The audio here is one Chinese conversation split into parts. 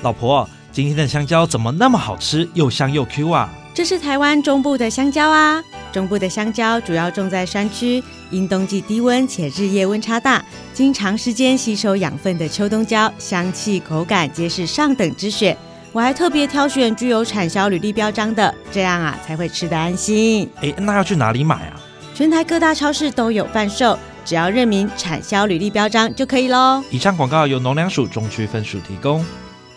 老婆，今天的香蕉怎么那么好吃，又香又 Q 啊？ 这是台湾中部的香蕉啊。中部的香蕉主要种在山区，因冬季低温且日夜温差大，经长时间吸收养分的秋冬蕉，香气口感皆是上等之选。我还特别挑选具有产销履历标章的，这样啊才会吃得安心。 那要去哪里买啊？ 全台各大超市都有贩售，只要认明产销履历标章就可以咯。 以上广告由农粮署中区分署提供。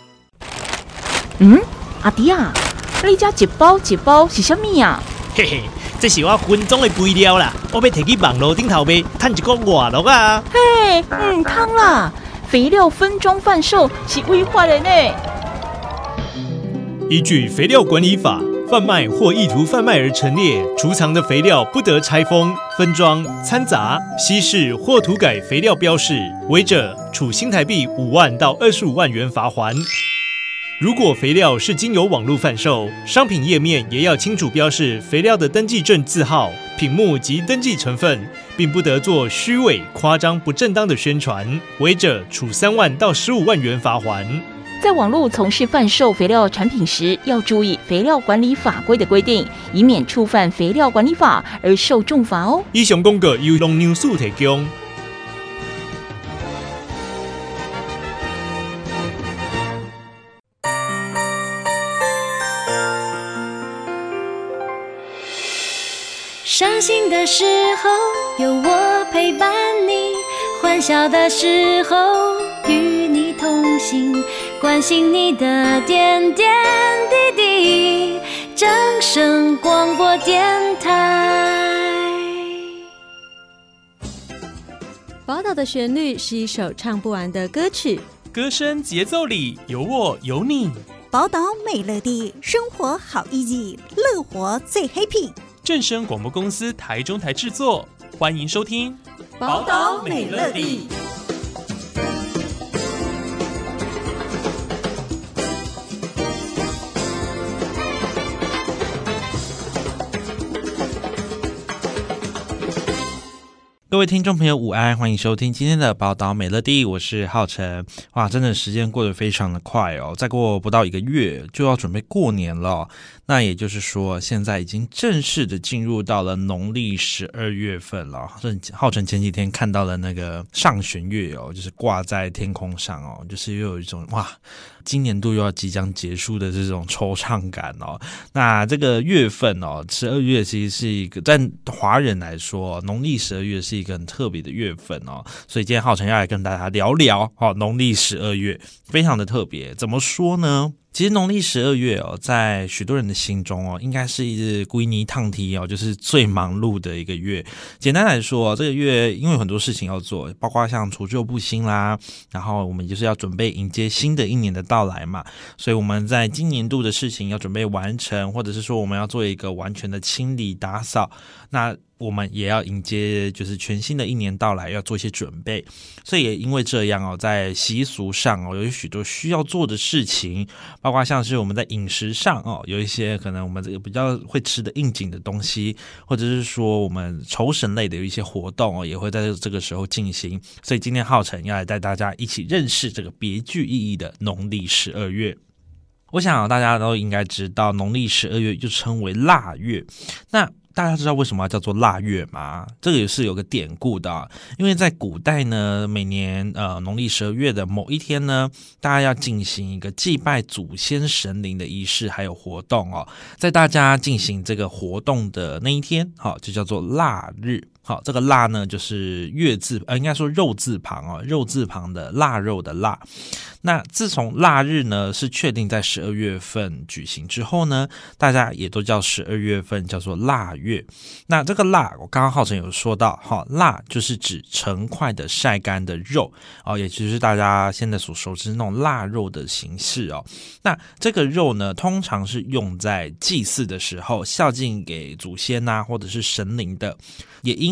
阿弟啊，你这一包一包是什么啊？ 嘿嘿，这是我分装的肥料啦，我要摕去网络顶头卖，赚一个外乐啊！ 嘿，汤啦，肥料分装贩售是违法的呢。 依据肥料管理法，贩卖或意图贩卖而陈列、储藏的肥料不得拆封、分装、掺杂、稀释或涂改肥料标示，违者处新台币5万到25万元罚锾。如果肥料是经由网络贩售，商品页面也要清楚标示肥料的登记证字号、品目及登记成分，并不得做虚伪、夸张、不正当的宣传，违者处3万到15万元罚锾。 在网络从事贩售肥料产品时，要注意肥料管理法规的规定，以免触犯肥料管理法而受重罚哦。 以上广告由农粮署提供。 伤心的时候有我陪伴你，欢笑的时候与你同行，关心你的点点滴滴。正声广播电台。 宝岛的旋律是一首唱不完的歌曲， 歌声节奏里有我有你。 宝岛美乐地，生活好 easy， 乐活最 happy。 正声广播公司台中台制作，欢迎收听宝岛美乐地。 各位听众朋友午安，欢迎收听今天的宝岛美乐地，我是浩辰。哇，真的时间过得非常的快哦，再过不到1个月就要准备过年了。那也就是说，现在已经正式的进入到了农历12月份了。浩辰前几天看到了那个上弦月哦，就是挂在天空上哦，就是又有一种哇，今年度又要即将结束的这种惆怅感哦。那这个月份哦，12月其实是一个在华人来说，农历12月是一个很特别的月份哦，所以今天浩辰要来跟大家聊聊农历12月，非常的特别。怎么说呢？其实农历12月哦，在许多人的心中哦，应该是一规泥烫梯哦，就是最忙碌的一个月。简单来说，这个月因为有很多事情要做，包括像除旧布新啦，然后我们就是要准备迎接新的一年的到来嘛，所以我们在今年度的事情要准备完成，或者是说我们要做一个完全的清理打扫，那我们也要迎接就是全新的一年到来，要做一些准备。所以也因为这样哦，在习俗上哦，有许多需要做的事情，包括像是我们在饮食上哦，有一些可能我们这个比较会吃的应景的东西，或者是说我们酬神类的有一些活动哦，也会在这个时候进行。所以今天浩辰要来带大家一起认识这个别具意义的农历12月。我想大家都应该知道，农历12月就称为腊月。那大家知道为什么要叫做腊月吗？这个也是有个典故的因为在古代呢，每年农历12月的某一天呢，大家要进行一个祭拜祖先神灵的仪式还有活动哦。在大家进行这个活动的那一天就叫做腊日。好，这个腊呢就是月字应该说肉字旁肉字旁的腊肉的腊。那自从腊日呢是确定在12月份举行之后呢，大家也都叫12月份叫做腊月。那这个腊我刚刚浩辰有说到腊就是指成块的晒干的肉也就是大家现在所熟知那种腊肉的形式那这个肉呢通常是用在祭祀的时候孝敬给祖先或者是神灵的。也因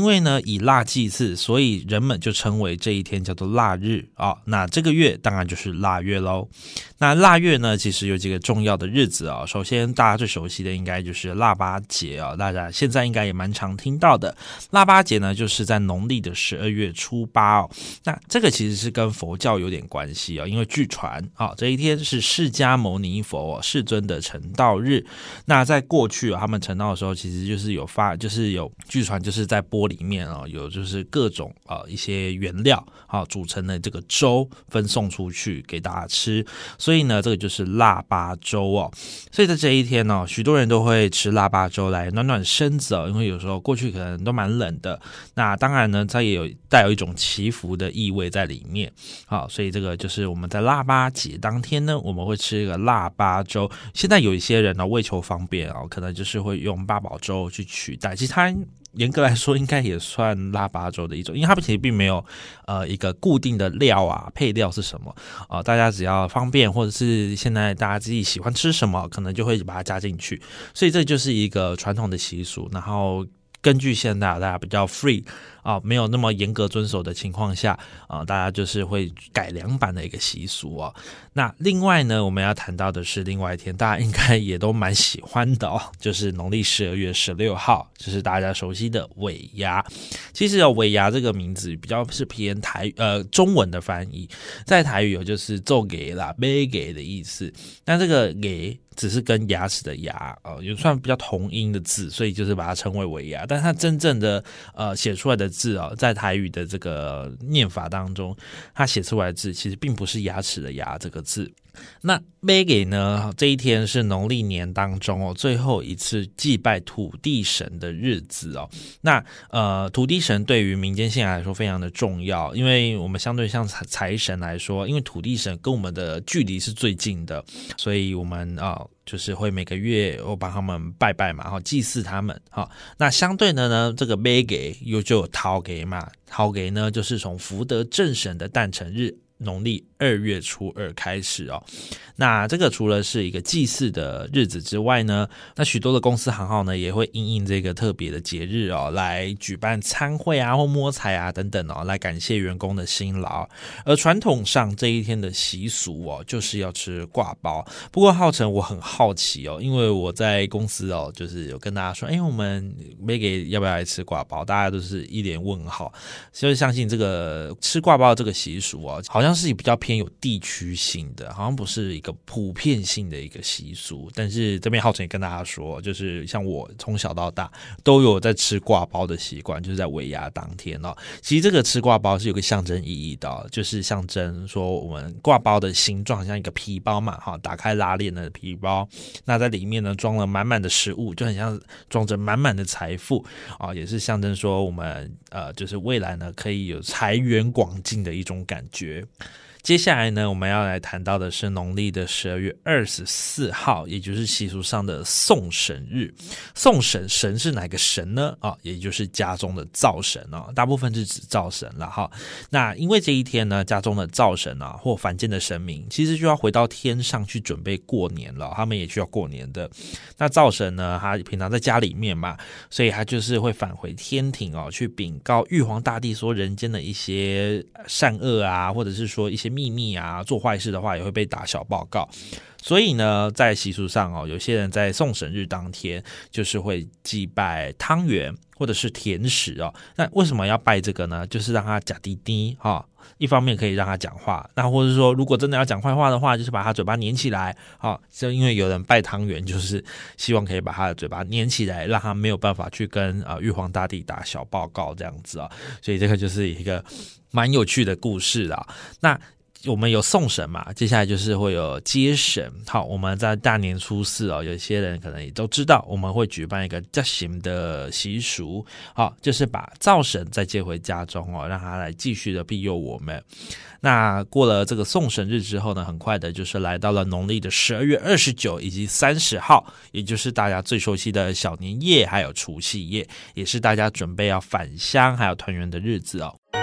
为呢以蜡祭祀，所以人们就称为这一天叫做腊日啊。那这个月当然就是腊月咯。那腊月呢其实有几个重要的日子啊。首先大家最熟悉的应该就是腊八节啊，大家现在应该也蛮常听到的。腊八节呢就是在农历的12月初8哦。那这个其实是跟佛教有点关系哦，因为据传啊这一天是释迦牟尼佛世尊的成道日。那在过去他们成道的时候，其实就是有据传就是在钵里面有就是各种一些原料组成的这个粥分送出去给大家吃，所以呢这个就是腊八粥哦。所以在这一天许多人都会吃腊八粥来暖暖身子因为有时候过去可能都蛮冷的。那当然呢它也带有一种祈福的意味在里面所以这个就是我们在腊八节当天呢，我们会吃一个腊八粥。现在有一些人为求方便可能就是会用八宝粥去取代，其实它严格来说应该也算腊八粥的一种，因为它其实并没有一个固定的料配料是什么大家只要方便或者是现在大家自己喜欢吃什么，可能就会把它加进去，所以这就是一个传统的习俗。然后根据现在大家比较 free没有那么严格遵守的情况下大家就是会改良版的一个习俗那另外呢，我们要谈到的是另外一天，大家应该也都蛮喜欢的就是农历12月16号，就是大家熟悉的尾牙。其实尾牙这个名字比较是偏中文的翻译，在台语就是做给啦、买给的意思。那这个给只是跟牙齿的牙也算比较同音的字，所以就是把它称为尾牙。但它真正的写出来的字在台语的这个念法当中，它写出来的字其实并不是牙齿的牙这个字。那买给呢，这一天是农历年当中最后一次祭拜土地神的日子那土地神对于民间信仰来说非常的重要，因为我们相对像财神来说，因为土地神跟我们的距离是最近的，所以我们就是会每个月帮他们拜拜嘛，祭祀他们那相对的呢，这个买给就有头给嘛，头给呢就是从福德正神的诞辰日农历2月初2开始那这个除了是一个祭祀的日子之外呢，那许多的公司行号呢也会因应这个特别的节日来举办餐会或摸彩等等来感谢员工的辛劳。而传统上这一天的习俗就是要吃刈包。不过浩辰我很好奇因为我在公司就是有跟大家说我们没给要不要来吃刈包，大家都是一脸问号。所以相信这个吃刈包这个习俗好像是比较偏有地区性的，好像不是一个普遍性的一个习俗。但是这边浩辰也跟大家说，就是像我从小到大都有在吃刈包的习惯，就是在尾牙当天其实这个吃刈包是有个象征意义的就是象征说我们刈包的形状像一个皮包嘛打开拉链的皮包，那在里面呢装了满满的食物，就很像装着满满的财富也是象征说我们就是未来呢可以有财源广进的一种感觉。接下来呢，我们要来谈到的是农历的12月24号，也就是习俗上的送神日。送神，神是哪个神呢？也就是家中的灶神大部分是指灶神啦那因为这一天呢，家中的灶神或凡间的神明，其实就要回到天上去准备过年了，他们也需要过年的。那灶神呢，他平常在家里面嘛，所以他就是会返回天庭去禀告玉皇大帝说人间的一些善恶或者是说一些秘密做坏事的话也会被打小报告。所以呢，在习俗上有些人在送神日当天就是会祭拜汤圆或者是甜食那为什么要拜这个呢？就是让他假滴滴一方面可以让他讲话，那或者说如果真的要讲坏话的话，就是把他嘴巴粘起来就因为有人拜汤圆就是希望可以把他的嘴巴粘起来，让他没有办法去跟玉皇大帝打小报告这样子所以这个就是一个蛮有趣的故事那我们有送神嘛，接下来就是会有接神。好，我们在大年初四有些人可能也都知道，我们会举办一个接神的习俗，就是把灶神再接回家中让他来继续的庇佑我们。那过了这个送神日之后呢，很快的就是来到了农历的12月29以及30号，也就是大家最熟悉的小年夜还有除夕夜，也是大家准备要返乡还有团圆的日子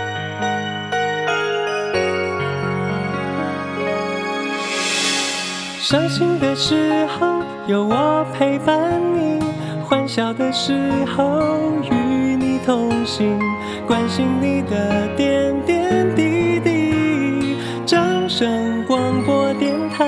伤心的时候有我陪伴你，欢笑的时候与你同行，关心你的点点滴滴。掌声广播电台。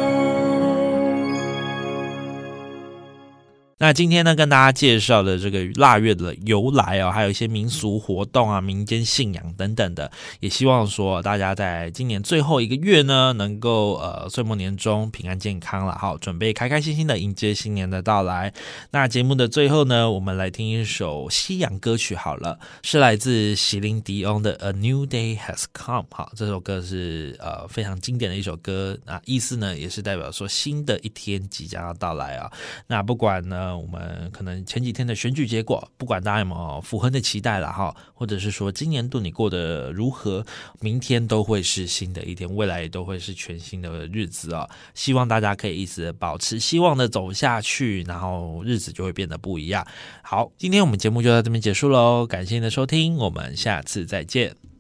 那今天呢，跟大家介绍的这个腊月的由来还有一些民俗活动啊、民间信仰等等的，也希望说大家在今年最后一个月呢，能够岁末年终平安健康了，好，准备开开心心的迎接新年的到来。那节目的最后呢，我们来听一首西洋歌曲好了，是来自席琳迪翁的 A New Day Has Come。 好，这首歌是非常经典的一首歌，那意思呢也是代表说新的一天即将要到来啊。那不管呢我们可能前几天的选举结果，不管大家有没有符合的期待啦，或者是说今年度你过得如何，明天都会是新的一天，未来也都会是全新的日子啊。希望大家可以一直保持希望的走下去，然后日子就会变得不一样。好，今天我们节目就到这边结束咯，感谢你的收听，我们下次再见。